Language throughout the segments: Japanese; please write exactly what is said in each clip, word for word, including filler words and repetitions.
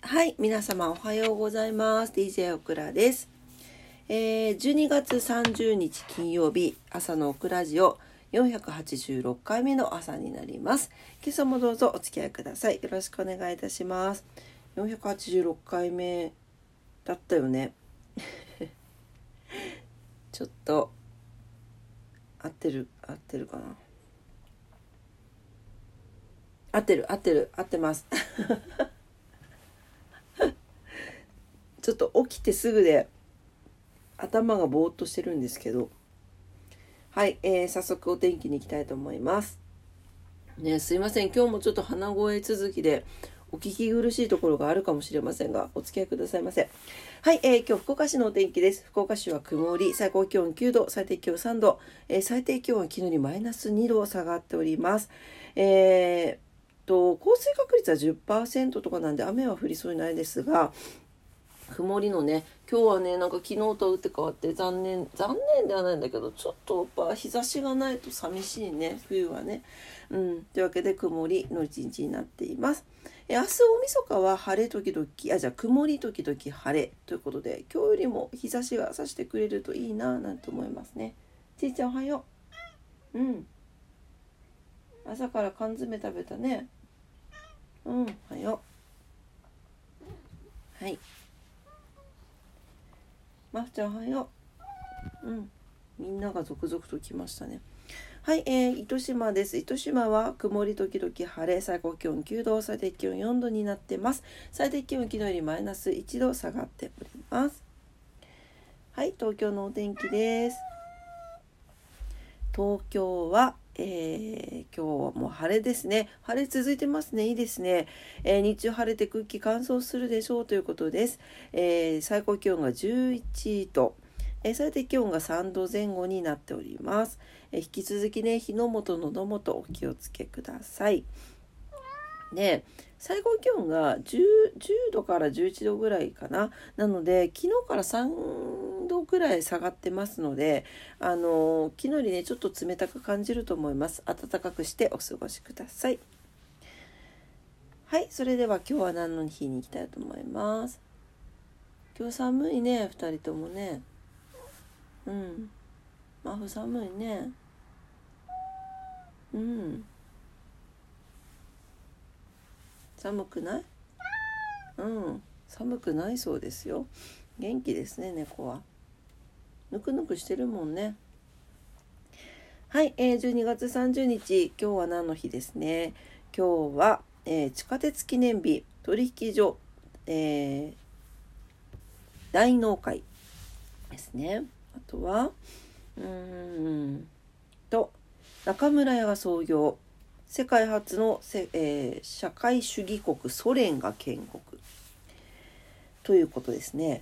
はい、皆様おはようございます。ディージェー オクラです。えー、じゅうにがつさんじゅうにち金曜日、朝のオクラジオよんひゃくはちじゅうろっかいめの朝になります。今朝もどうぞお付き合いください。よろしくお願いいたします。よんひゃくはちじゅうろっかいめだったよね。ちょっと合ってる合ってるかな。合ってる合ってる合ってます。ちょっと起きてすぐで頭がぼーっとしてるんですけど、はい、えー、早速お天気に行きたいと思います。ね、すいません、今日もちょっと鼻声続きでお聞き苦しいところがあるかもしれませんが、お付き合いくださいませ。はい、えー、今日福岡市のお天気です。福岡市は曇り、最高気温きゅうど、最低気温さんど、えー、最低気温は昨日よりマイナスにど下がっております。えー、と降水確率は じゅっパーセント とかなんで雨は降りそうにないですが、曇りのね、今日はね、なんか昨日と打って変わって残念残念ではないんだけど、ちょっとやっぱ日差しがないと寂しいね、冬はね。うんというわけで曇りの一日になっています。え明日大晦日は晴れ時々あじゃあ曇り時々晴れということで、今日よりも日差しが差してくれるといいななんて思いますね。ちいちゃんおはよう。うん朝から缶詰食べたね。うんおはよう。はいまふちゃんおはよう。うん、みんなが続々と来ましたね。はい、えー、糸島です。糸島は曇り時々晴れ、最高気温きゅうど、最低気温よんどになってます。最低気温昨日よりマイナスいちど下がっております。はい、東京のお天気です。東京はえー、今日はもう晴れですね。晴れ続いてますね。いいですね。えー、日中晴れて空気乾燥するでしょうということです。えー、最高気温がじゅういちど、えー、最低気温がさんどぜんごになっております。えー、引き続きね、火の元喉元お気をつけください。で最高気温が 10, じゅうどからじゅういちどぐらいかな。なので昨日からさんどぐらい下がってますので、あの昨日よりねちょっと冷たく感じると思います。暖かくしてお過ごしください。はい、それでは今日は何の日に行きたいと思います。今日寒いね、ふたりともね。うんマフ寒いね。うん寒くない？うん寒くないそうですよ。元気ですね、猫は。ぬくぬくしてるもんね。はい、えー、じゅうにがつさんじゅうにち、今日は何の日ですね。今日は、えー、地下鉄記念日、取引所、えー、大納会ですね。あとはうーんと中村屋が創業、世界初のせ、えー、社会主義国ソ連が建国ということですね。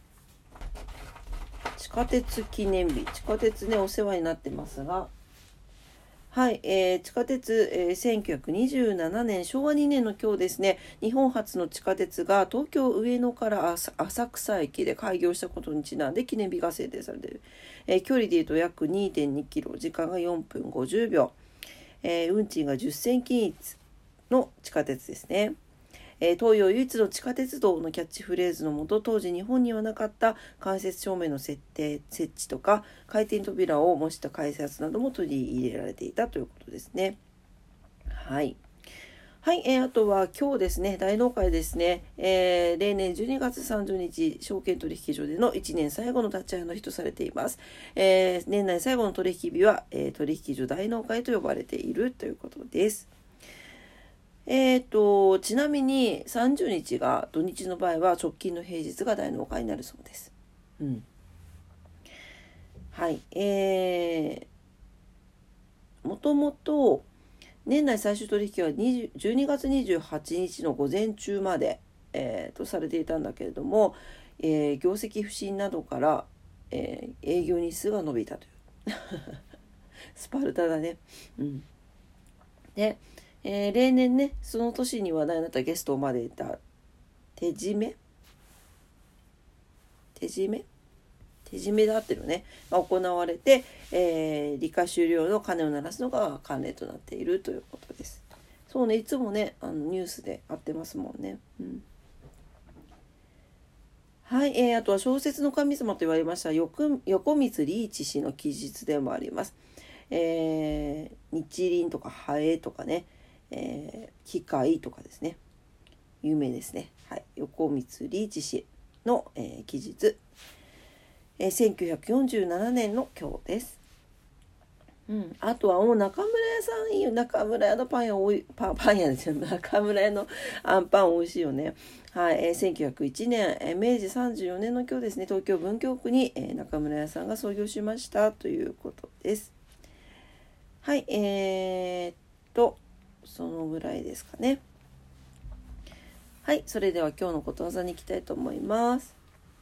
地下鉄記念日、地下鉄ねお世話になってますが、はい、えー、地下鉄、えー、せんきゅうひゃくにじゅうななねんしょうわにねんの今日ですね、日本初の地下鉄が東京上野から浅草駅で開業したことにちなんで記念日が制定されている。えー、距離でいうと約 にてんにキロ、時間がよんぷんごじゅうびょう、えー、運賃がじゅっせん均一の地下鉄ですね。えー、東洋唯一の地下鉄道のキャッチフレーズのもと、当時日本にはなかった間接照明の設定設置とか回転扉を模した改札なども取り入れられていたということですね。はいはい、えー、あとは今日ですね、大納会ですね、えー、例年じゅうにがつさんじゅうにち、証券取引所でのいちねん最後の立ち会いの日とされています。えー、年内最後の取引日は、えー、取引所大納会と呼ばれているということです。えーと、ちなみにさんじゅうにちが土日の場合は直近の平日が大納会になるそうです。うん。はい。えー、もともと年内最終取引はじゅうにがつにじゅうはちにちの午前中まで、えー、とされていたんだけれども、えー、業績不振などから、えー、営業日数が伸びたというスパルタだね。うん。でえー、例年ねその年に話題になったゲストを招いた手締め手締め手締めであってるね、まあ、行われて、えー、理科終了の鐘を鳴らすのが慣例となっているということです。そうね、いつもねあのニュースであってますもんね。うんはい、えー、あとは小説の神様と言われました横横光リーチ氏の記述でもあります。えー、日輪とかハエとかね、えー、機械とかですね、有名ですね。はい、横光リーチ氏の、えー、記述、えー、せんきゅうひゃくよんじゅうななねんの今日です。うん、あとはもう中村屋さんいいよ。中村屋のパン屋おいパンパン屋ですよ。中村屋のあんパン美味しいよね。はい、えー、せんきゅうひゃくいちねん、えー、めいじさんじゅうよねんの今日ですね、東京文京区に、えー、中村屋さんが創業しましたということです。はい、えー、っとそのぐらいですかね。はい、それでは今日のことわざに行きたいと思います。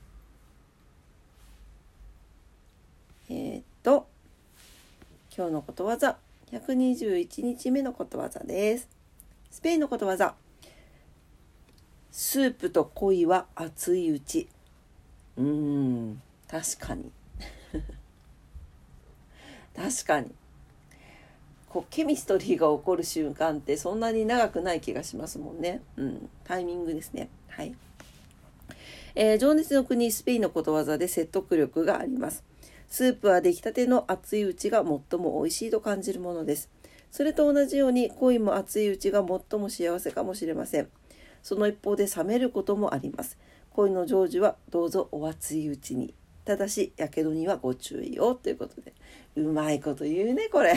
えー、っと今日のことわざひゃくにじゅういちにちめのことわざです。スペインのことわざ。スープと恋は熱いうち。うーん、確かに確かにこうケミストリーが起こる瞬間ってそんなに長くない気がしますもんね。うん、タイミングですね。はい。えー、情熱の国スペインのことわざで説得力があります。スープは出来たての熱いうちが最も美味しいと感じるものです。それと同じように恋も熱いうちが最も幸せかもしれません。その一方で冷めることもあります。恋の成就はどうぞお熱いうちに。ただしやけどにはご注意をということで、うまいこと言うねこれ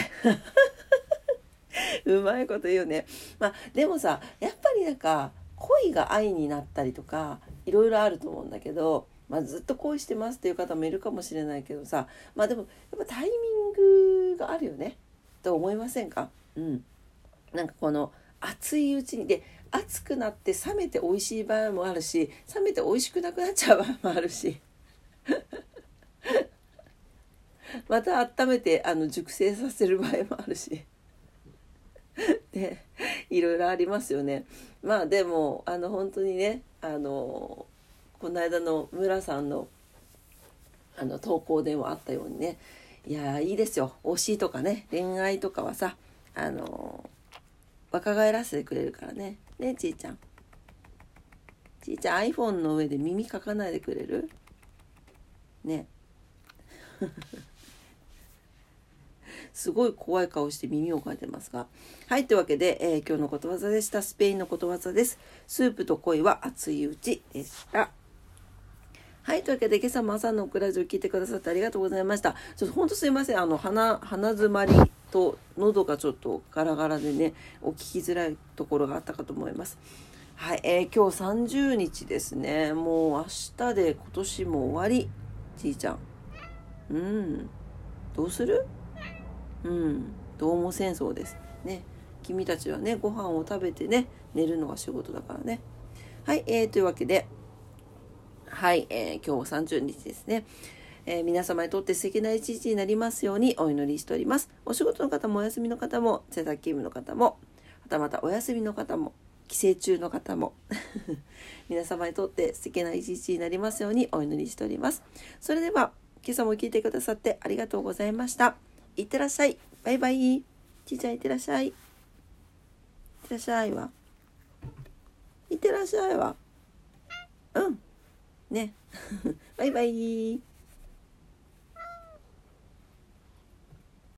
うまいこと言うね。まあでもさ、やっぱりなんか恋が愛になったりとかいろいろあると思うんだけど、まあ、ずっと恋してますっていう方もいるかもしれないけどさ、まあでもやっぱタイミングがあるよねと思いませんか？うん。なんかこの熱いうちにで熱くなって冷めて美味しい場合もあるし、冷めて美味しくなくなっちゃう場合もあるしまた温めてあの熟成させる場合もあるしでいろいろありますよね。まあでもあの本当にね、あのこの間の村さんのあの投稿でもあったようにね、いやいいですよ、推しとかね恋愛とかはさ、あの若返らせてくれるからね。ねちいちゃんちいちゃん iPhone の上で耳かかないでくれるねすごい怖い顔して耳をかいてますが、はい、というわけで、えー、今日のことわざでした。スペインのことわざです。スープと恋は熱いうちでした。はい、というわけで今朝も朝のオクラジオ聞いてくださってありがとうございました。ちょっと本当すいません、あの鼻鼻詰まりと喉がちょっとガラガラでね、お聞きづらいところがあったかと思います。はい、えー、今日さんじゅうにちですね。もう明日で今年も終わり。ちいちゃん、うんどうする？うん、どうも戦争ですね。君たちはね、ご飯を食べてね、寝るのが仕事だからね。はい、えー、というわけで、はい、えー、今日さんじゅうにちですね。えー、皆様にとって素敵な一日になりますようにお祈りしております。お仕事の方もお休みの方も、在宅勤務の方も、はたまたお休みの方も、帰省中の方も皆様にとって素敵な一日になりますようにお祈りしております。それでは、今朝も聞いてくださってありがとうございました。いってらっしゃい。バイバイ。ちいちゃんいってらっしゃい。いってらっしゃいわ。いってらっしゃいわ。うん。ね。バイバイ。